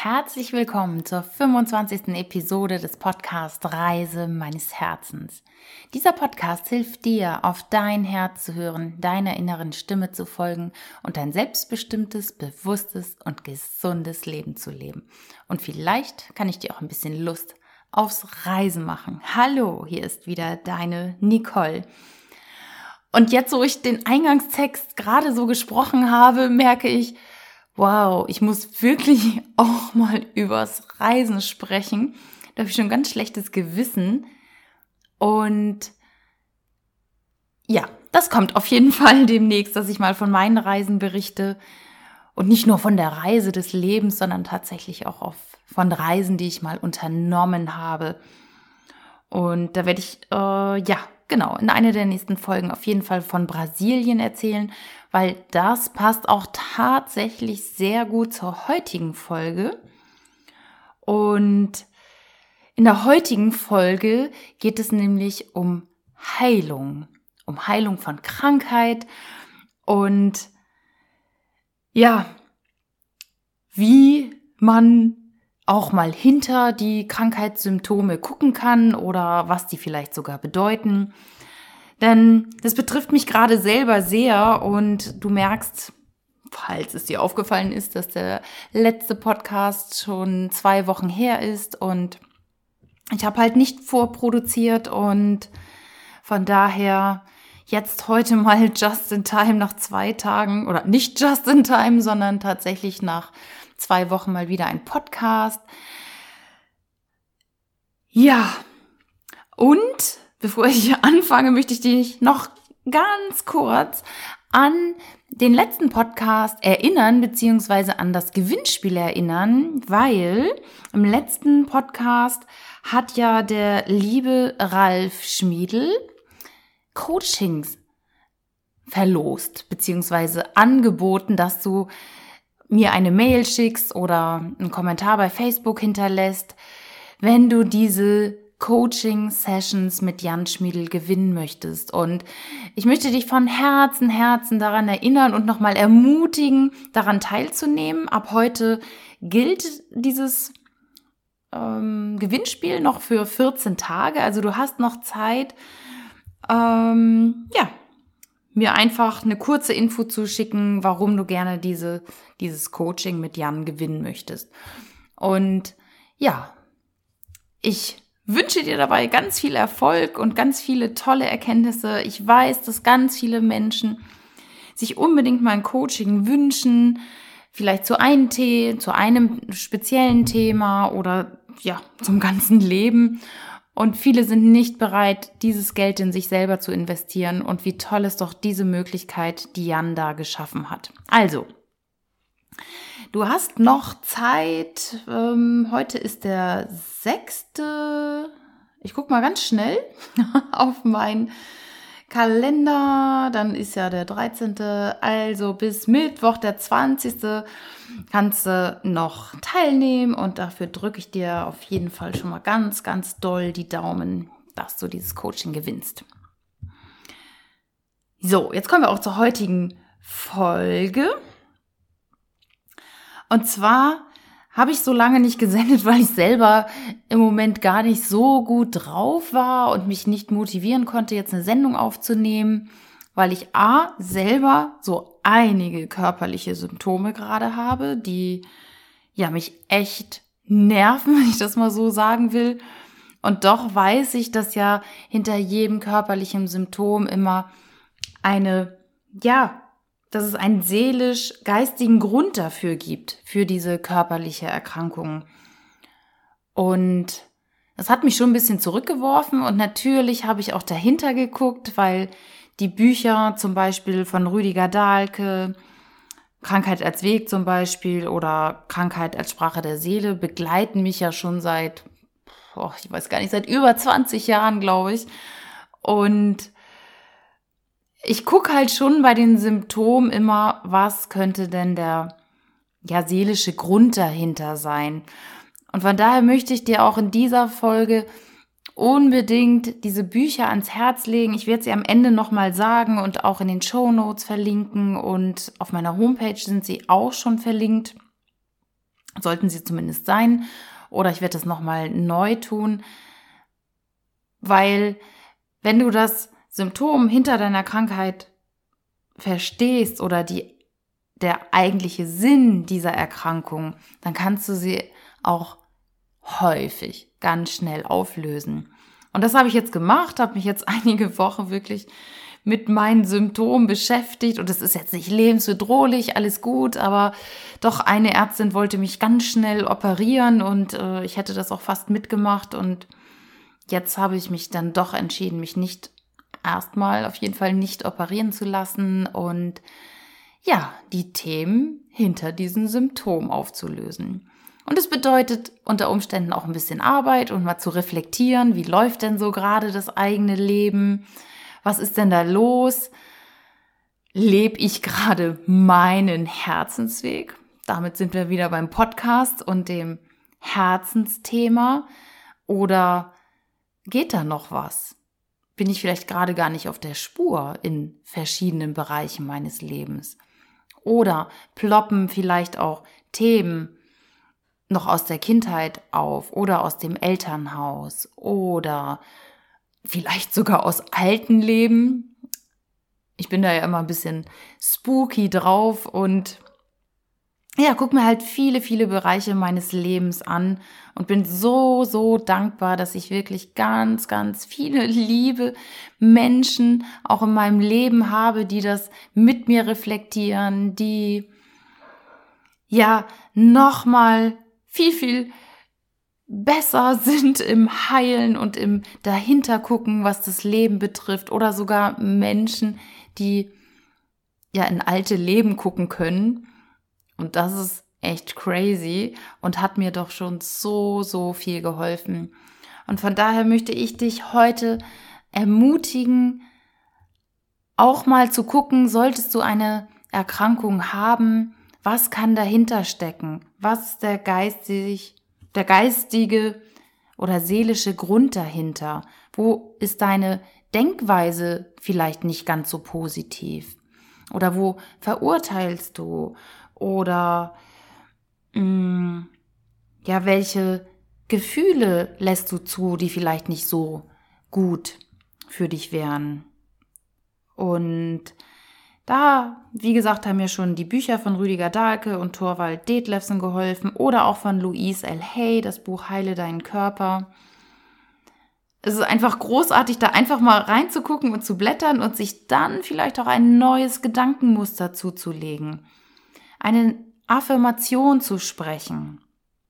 Herzlich willkommen zur 25. Episode des Podcasts Reise meines Herzens. Dieser Podcast hilft dir, auf dein Herz zu hören, deiner inneren Stimme zu folgen und ein selbstbestimmtes, bewusstes und gesundes Leben zu leben. Und vielleicht kann ich dir auch ein bisschen Lust aufs Reisen machen. Hallo, hier ist wieder deine Nicole. Und jetzt, wo ich den Eingangstext gerade so gesprochen habe, merke ich, wow, ich muss wirklich auch mal übers Reisen sprechen. Da habe ich schon ein ganz schlechtes Gewissen. Und ja, das kommt auf jeden Fall demnächst, dass ich mal von meinen Reisen berichte. Und nicht nur von der Reise des Lebens, sondern tatsächlich auch von Reisen, die ich mal unternommen habe. Und da werde ich, in einer der nächsten Folgen auf jeden Fall von Brasilien erzählen, weil das passt auch tatsächlich sehr gut zur heutigen Folge. Und in der heutigen Folge geht es nämlich um Heilung von Krankheit und ja, wie man auch mal hinter die Krankheitssymptome gucken kann oder was die vielleicht sogar bedeuten. Denn das betrifft mich gerade selber sehr und du merkst, falls es dir aufgefallen ist, dass der letzte Podcast schon 2 Wochen her ist und ich habe halt nicht vorproduziert und von daher jetzt heute mal just in time nach 2 Tagen oder nicht just in time, sondern tatsächlich nach 2 Wochen mal wieder ein Podcast. Ja, und bevor ich anfange, möchte ich dich noch ganz kurz an den letzten Podcast erinnern, beziehungsweise an das Gewinnspiel erinnern, weil im letzten Podcast hat ja der liebe Ralf Schmiedl Coachings verlost, beziehungsweise angeboten, dass du mir eine Mail schickst oder einen Kommentar bei Facebook hinterlässt, wenn du diese Coaching-Sessions mit Jan Schmiedl gewinnen möchtest. Und ich möchte dich von Herzen daran erinnern und nochmal ermutigen, daran teilzunehmen. Ab heute gilt dieses Gewinnspiel noch für 14 Tage. Also du hast noch Zeit, mir einfach eine kurze Info zu schicken, warum du gerne dieses Coaching mit Jan gewinnen möchtest. Und ja, ich wünsche dir dabei ganz viel Erfolg und ganz viele tolle Erkenntnisse. Ich weiß, dass ganz viele Menschen sich unbedingt mal ein Coaching wünschen, vielleicht zu einem speziellen Thema oder ja, zum ganzen Leben. Und viele sind nicht bereit, dieses Geld in sich selber zu investieren. Und wie toll ist doch diese Möglichkeit, die Jan da geschaffen hat. Also, du hast noch Zeit. Heute ist der 6. Ich gucke mal ganz schnell auf meinen Kalender. Dann ist ja der 13. Also bis Mittwoch, der 20. kannst du noch teilnehmen. Und dafür drücke ich dir auf jeden Fall schon mal ganz doll die Daumen, dass du dieses Coaching gewinnst. So, jetzt kommen wir auch zur heutigen Folge. Und zwar habe ich so lange nicht gesendet, weil ich selber im Moment gar nicht so gut drauf war und mich nicht motivieren konnte, jetzt eine Sendung aufzunehmen, weil ich selber so einige körperliche Symptome gerade habe, die ja mich echt nerven, wenn ich das mal so sagen will. Und doch weiß ich, dass ja hinter jedem körperlichen Symptom immer dass es einen seelisch-geistigen Grund dafür gibt, für diese körperliche Erkrankung. Und das hat mich schon ein bisschen zurückgeworfen und natürlich habe ich auch dahinter geguckt, weil die Bücher zum Beispiel von Rüdiger Dahlke, Krankheit als Weg zum Beispiel oder Krankheit als Sprache der Seele begleiten mich ja schon seit über 20 Jahren, glaube ich. Und ich gucke halt schon bei den Symptomen immer, was könnte denn der seelische Grund dahinter sein. Und von daher möchte ich dir auch in dieser Folge unbedingt diese Bücher ans Herz legen. Ich werde sie am Ende nochmal sagen und auch in den Shownotes verlinken und auf meiner Homepage sind sie auch schon verlinkt. Sollten sie zumindest sein. Oder ich werde das nochmal neu tun, weil wenn du das Symptom hinter deiner Krankheit verstehst oder der eigentliche Sinn dieser Erkrankung, dann kannst du sie auch häufig ganz schnell auflösen. Und das habe ich jetzt gemacht, habe mich jetzt einige Wochen wirklich mit meinen Symptomen beschäftigt und es ist jetzt nicht lebensbedrohlich, alles gut, aber doch eine Ärztin wollte mich ganz schnell operieren und ich hätte das auch fast mitgemacht und jetzt habe ich mich dann doch entschieden, mich nicht erstmal auf jeden Fall nicht operieren zu lassen und ja, die Themen hinter diesen Symptomen aufzulösen. Und es bedeutet unter Umständen auch ein bisschen Arbeit und mal zu reflektieren, wie läuft denn so gerade das eigene Leben? Was ist denn da los? Lebe ich gerade meinen Herzensweg? Damit sind wir wieder beim Podcast und dem Herzensthema. Oder geht da noch was? Bin ich vielleicht gerade gar nicht auf der Spur in verschiedenen Bereichen meines Lebens? Oder ploppen vielleicht auch Themen noch aus der Kindheit auf oder aus dem Elternhaus oder vielleicht sogar aus alten Leben. Ich bin da ja immer ein bisschen spooky drauf und ja, guck mir halt viele, viele Bereiche meines Lebens an und bin so, so dankbar, dass ich wirklich ganz, ganz viele liebe Menschen auch in meinem Leben habe, die das mit mir reflektieren, die ja nochmal viel, viel besser sind im Heilen und im Dahintergucken, was das Leben betrifft oder sogar Menschen, die ja in alte Leben gucken können. Und das ist echt crazy und hat mir doch schon so, so viel geholfen. Und von daher möchte ich dich heute ermutigen, auch mal zu gucken, solltest du eine Erkrankung haben, was kann dahinter stecken? Was ist der geistige oder seelische Grund dahinter? Wo ist deine Denkweise vielleicht nicht ganz so positiv? Oder wo verurteilst du? Oder welche Gefühle lässt du zu, die vielleicht nicht so gut für dich wären? Und da, wie gesagt, haben mir schon die Bücher von Rüdiger Dahlke und Thorvald Detlefsen geholfen oder auch von Louise L. Hay, das Buch Heile deinen Körper. Es ist einfach großartig, da einfach mal reinzugucken und zu blättern und sich dann vielleicht auch ein neues Gedankenmuster zuzulegen. Eine Affirmation zu sprechen.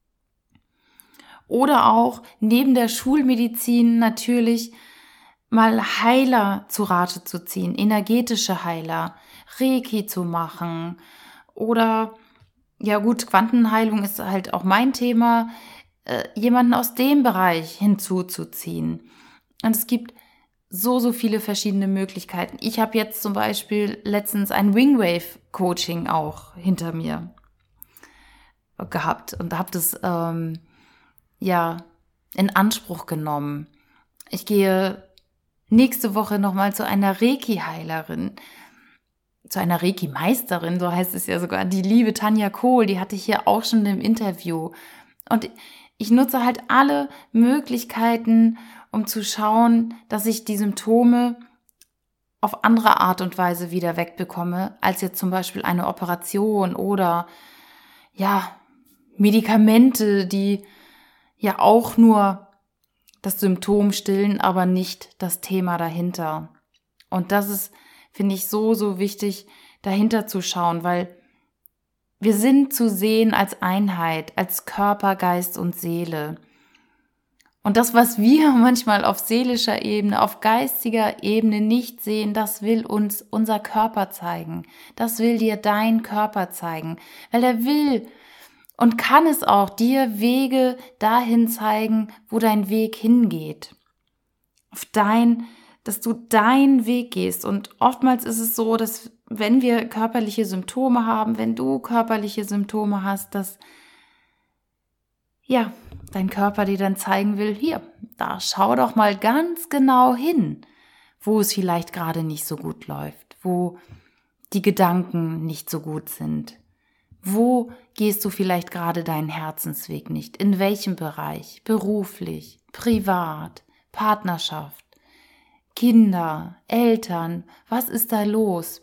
Oder auch neben der Schulmedizin natürlich mal Heiler zu Rate zu ziehen, energetische Heiler, Reiki zu machen oder, ja gut, Quantenheilung ist halt auch mein Thema, jemanden aus dem Bereich hinzuzuziehen. Und es gibt so, so viele verschiedene Möglichkeiten. Ich habe jetzt zum Beispiel letztens ein Wingwave-Coaching auch hinter mir gehabt und habe das in Anspruch genommen. Ich gehe nächste Woche nochmal zu einer Reiki-Heilerin, zu einer Reiki-Meisterin, so heißt es ja sogar, die liebe Tanja Kohl, die hatte ich hier auch schon im Interview. Und ich nutze halt alle Möglichkeiten, um zu schauen, dass ich die Symptome auf andere Art und Weise wieder wegbekomme, als jetzt zum Beispiel eine Operation oder Medikamente, die ja auch nur das Symptom stillen, aber nicht das Thema dahinter. Und das ist, finde ich, so, so wichtig, dahinter zu schauen, weil wir sind zu sehen als Einheit, als Körper, Geist und Seele. Und das, was wir manchmal auf seelischer Ebene, auf geistiger Ebene nicht sehen, das will uns unser Körper zeigen. Das will dir dein Körper zeigen, weil er will und kann es auch dir Wege dahin zeigen, wo dein Weg hingeht. Dass du deinen Weg gehst. Und oftmals ist es so, dass wenn wir körperliche Symptome haben, wenn du körperliche Symptome hast, dass dein Körper dir dann zeigen will, hier, da schau doch mal ganz genau hin, wo es vielleicht gerade nicht so gut läuft, wo die Gedanken nicht so gut sind. Wo gehst du vielleicht gerade deinen Herzensweg nicht? In welchem Bereich? Beruflich, privat, Partnerschaft, Kinder, Eltern, was ist da los?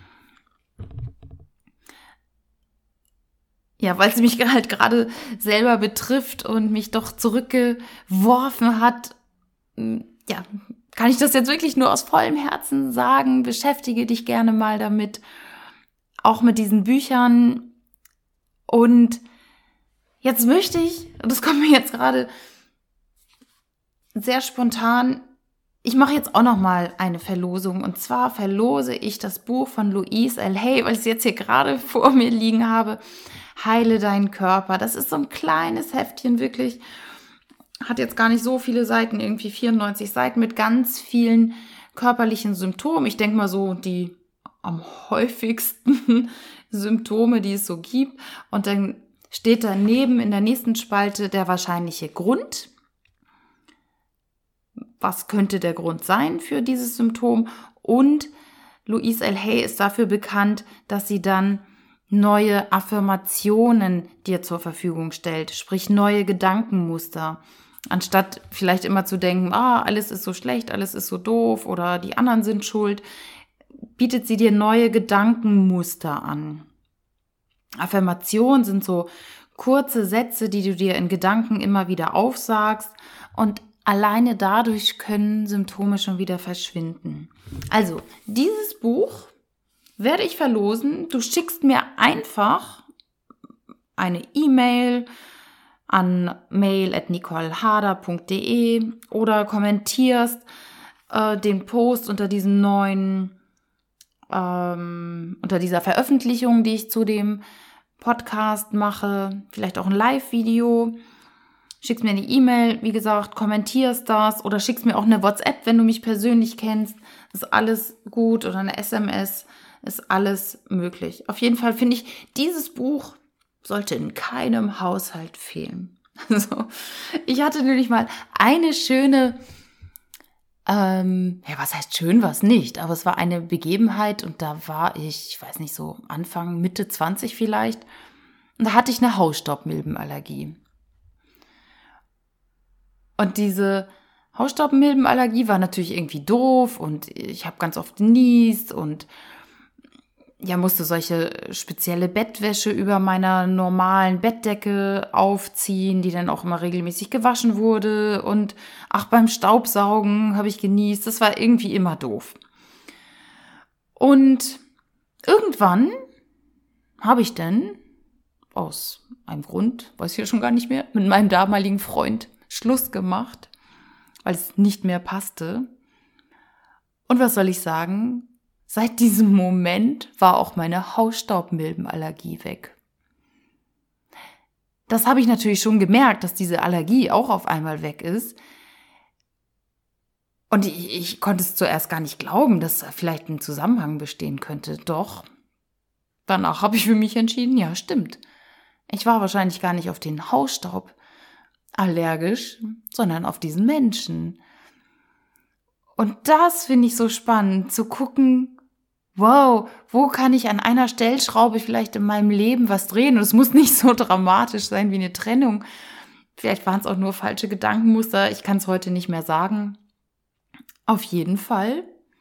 Ja, weil es mich halt gerade selber betrifft und mich doch zurückgeworfen hat, ja, kann ich das jetzt wirklich nur aus vollem Herzen sagen. Beschäftige dich gerne mal damit, auch mit diesen Büchern. Und jetzt möchte ich, das kommt mir jetzt gerade sehr spontan, ich mache jetzt auch noch mal eine Verlosung. Und zwar verlose ich das Buch von Louise L. Hay, weil ich es jetzt hier gerade vor mir liegen habe. Heile deinen Körper. Das ist so ein kleines Heftchen, wirklich. Hat jetzt gar nicht so viele Seiten, irgendwie 94 Seiten mit ganz vielen körperlichen Symptomen. Ich denke mal so die am häufigsten Symptome, die es so gibt. Und dann steht daneben in der nächsten Spalte der wahrscheinliche Grund. Was könnte der Grund sein für dieses Symptom? Und Louise L. Hay ist dafür bekannt, dass sie dann neue Affirmationen dir zur Verfügung stellt, sprich neue Gedankenmuster. Anstatt vielleicht immer zu denken, alles ist so schlecht, alles ist so doof oder die anderen sind schuld, bietet sie dir neue Gedankenmuster an. Affirmationen sind so kurze Sätze, die du dir in Gedanken immer wieder aufsagst und alleine dadurch können Symptome schon wieder verschwinden. Also, dieses Buch werde ich verlosen. Du schickst mir einfach eine E-Mail an mail@nicoleharder.de oder kommentierst den Post unter diesem unter dieser Veröffentlichung, die ich zu dem Podcast mache, vielleicht auch ein Live-Video. Schickst mir eine E-Mail, wie gesagt, kommentierst das oder schickst mir auch eine WhatsApp, wenn du mich persönlich kennst. Das ist alles gut oder eine SMS. Ist alles möglich. Auf jeden Fall finde ich, dieses Buch sollte in keinem Haushalt fehlen. Also, ich hatte nämlich mal eine schöne, was heißt schön, was nicht, aber es war eine Begebenheit und da war ich weiß nicht, so Anfang, Mitte 20 vielleicht, und da hatte ich eine Hausstaubmilbenallergie. Und diese Hausstaubmilbenallergie war natürlich irgendwie doof und ich habe ganz oft genießt und musste solche spezielle Bettwäsche über meiner normalen Bettdecke aufziehen, die dann auch immer regelmäßig gewaschen wurde. Und beim Staubsaugen habe ich genießt. Das war irgendwie immer doof. Und irgendwann habe ich dann, aus einem Grund, weiß ich ja schon gar nicht mehr, mit meinem damaligen Freund Schluss gemacht, weil es nicht mehr passte. Und was soll ich sagen? Seit diesem Moment war auch meine Hausstaubmilbenallergie weg. Das habe ich natürlich schon gemerkt, dass diese Allergie auch auf einmal weg ist. Und ich konnte es zuerst gar nicht glauben, dass da vielleicht ein Zusammenhang bestehen könnte. Doch, danach habe ich für mich entschieden, ja, stimmt. Ich war wahrscheinlich gar nicht auf den Hausstaub allergisch, sondern auf diesen Menschen. Und das finde ich so spannend, zu gucken, wow, wo kann ich an einer Stellschraube vielleicht in meinem Leben was drehen? Und es muss nicht so dramatisch sein wie eine Trennung. Vielleicht waren es auch nur falsche Gedankenmuster. Ich kann es heute nicht mehr sagen. Auf jeden Fall,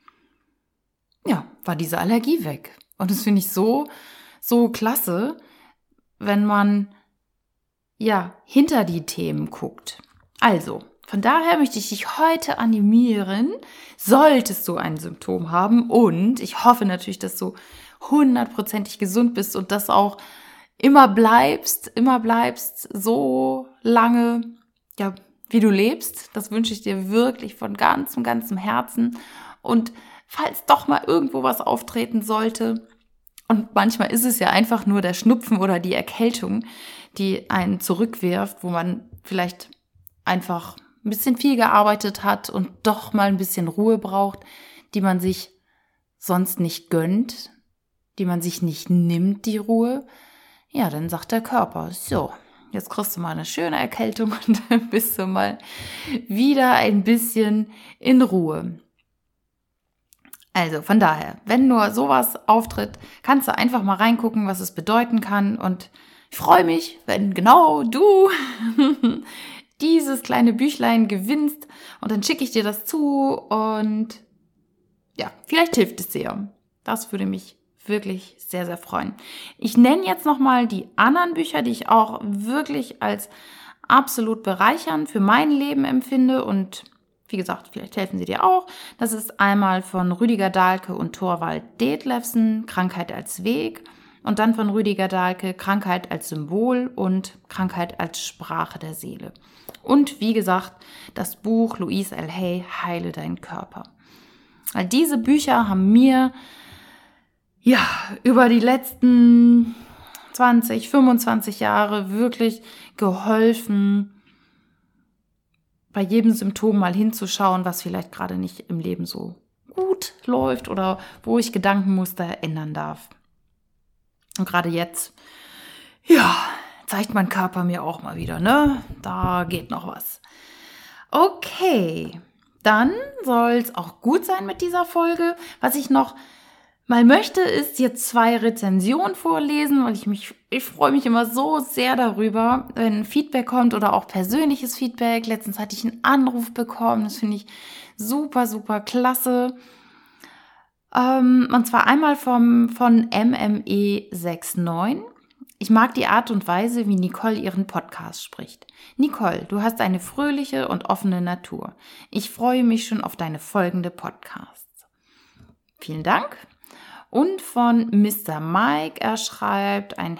war diese Allergie weg. Und das finde ich so klasse, wenn man, hinter die Themen guckt. Also, von daher möchte ich dich heute animieren, solltest du ein Symptom haben und ich hoffe natürlich, dass du 100%ig gesund bist und das auch immer bleibst so lange, wie du lebst. Das wünsche ich dir wirklich von ganzem Herzen. Und falls doch mal irgendwo was auftreten sollte, und manchmal ist es ja einfach nur der Schnupfen oder die Erkältung, die einen zurückwirft, wo man vielleicht einfach ein bisschen viel gearbeitet hat und doch mal ein bisschen Ruhe braucht, die man sich sonst nicht gönnt, die man sich nicht nimmt, die Ruhe, dann sagt der Körper, so, jetzt kriegst du mal eine schöne Erkältung und dann bist du mal wieder ein bisschen in Ruhe. Also von daher, wenn nur sowas auftritt, kannst du einfach mal reingucken, was es bedeuten kann und Ich freue mich, wenn genau du dieses kleine Büchlein gewinnst und dann schicke ich dir das zu und ja, vielleicht hilft es dir. Das würde mich wirklich sehr, sehr freuen. Ich nenne jetzt nochmal die anderen Bücher, die ich auch wirklich als absolut bereichernd für mein Leben empfinde und wie gesagt, vielleicht helfen sie dir auch. Das ist einmal von Rüdiger Dahlke und Thorvald Detlefsen, Krankheit als Weg. Und dann von Rüdiger Dahlke, Krankheit als Symbol und Krankheit als Sprache der Seele. Und wie gesagt, das Buch Louise L. Hay, Heile deinen Körper. Weil diese Bücher haben mir über die letzten 20, 25 Jahre wirklich geholfen, bei jedem Symptom mal hinzuschauen, was vielleicht gerade nicht im Leben so gut läuft oder wo ich Gedankenmuster ändern darf. Und gerade jetzt, zeigt mein Körper mir auch mal wieder, ne? Da geht noch was. Okay, dann soll es auch gut sein mit dieser Folge. Was ich noch mal möchte, ist jetzt 2 Rezensionen vorlesen, weil ich freue mich immer so sehr darüber, wenn Feedback kommt oder auch persönliches Feedback. Letztens hatte ich einen Anruf bekommen, das finde ich super, super klasse. Und zwar einmal von MME69. Ich mag die Art und Weise, wie Nicole ihren Podcast spricht. Nicole, du hast eine fröhliche und offene Natur. Ich freue mich schon auf deine folgende Podcasts. Vielen Dank. Und von Mr. Mike, er schreibt ein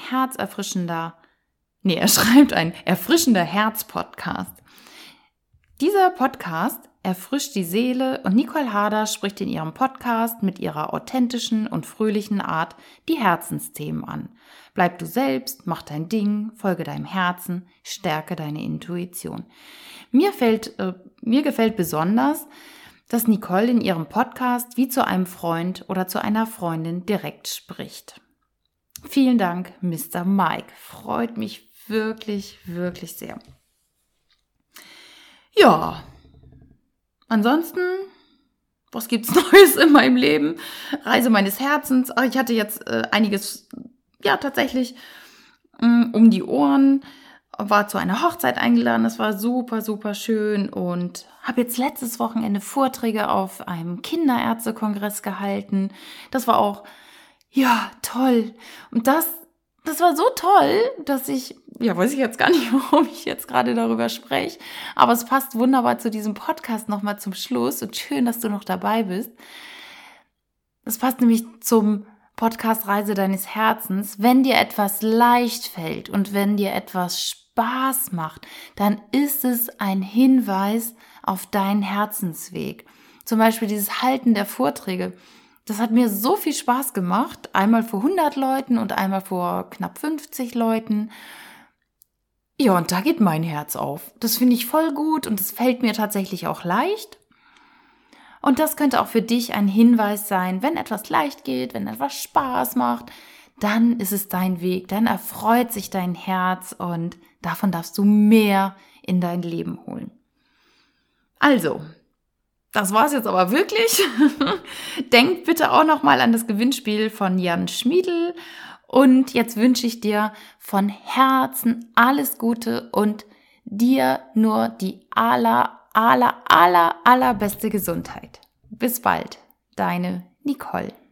erfrischender Herz-Podcast. Dieser Podcast erfrischt die Seele und Nicole Harder spricht in ihrem Podcast mit ihrer authentischen und fröhlichen Art die Herzensthemen an. Bleib du selbst, mach dein Ding, folge deinem Herzen, stärke deine Intuition. Mir gefällt besonders, dass Nicole in ihrem Podcast wie zu einem Freund oder zu einer Freundin direkt spricht. Vielen Dank, Mr. Mike. Freut mich wirklich, wirklich sehr. Ja, ansonsten, was gibt's Neues in meinem Leben? Reise meines Herzens. Ich hatte jetzt einiges, tatsächlich um die Ohren. War zu einer Hochzeit eingeladen, das war super, super schön und habe jetzt letztes Wochenende Vorträge auf einem Kinderärztekongress gehalten. Das war auch, toll. Und das war so toll, dass ich, weiß ich jetzt gar nicht, warum ich jetzt gerade darüber spreche, aber es passt wunderbar zu diesem Podcast nochmal zum Schluss und schön, dass du noch dabei bist. Das passt nämlich zum Podcast Reise deines Herzens. Wenn dir etwas leicht fällt und wenn dir etwas Spaß macht, dann ist es ein Hinweis auf deinen Herzensweg. Zum Beispiel dieses Halten der Vorträge. Das hat mir so viel Spaß gemacht. Einmal vor 100 Leuten und einmal vor knapp 50 Leuten. Ja, und da geht mein Herz auf. Das finde ich voll gut und es fällt mir tatsächlich auch leicht. Und das könnte auch für dich ein Hinweis sein, wenn etwas leicht geht, wenn etwas Spaß macht, dann ist es dein Weg, dann erfreut sich dein Herz und davon darfst du mehr in dein Leben holen. Also, das war's jetzt aber wirklich. Denk bitte auch nochmal an das Gewinnspiel von Jan Schmiedl und jetzt wünsche ich dir von Herzen alles Gute und dir nur die allerbeste Gesundheit. Bis bald, deine Nicole.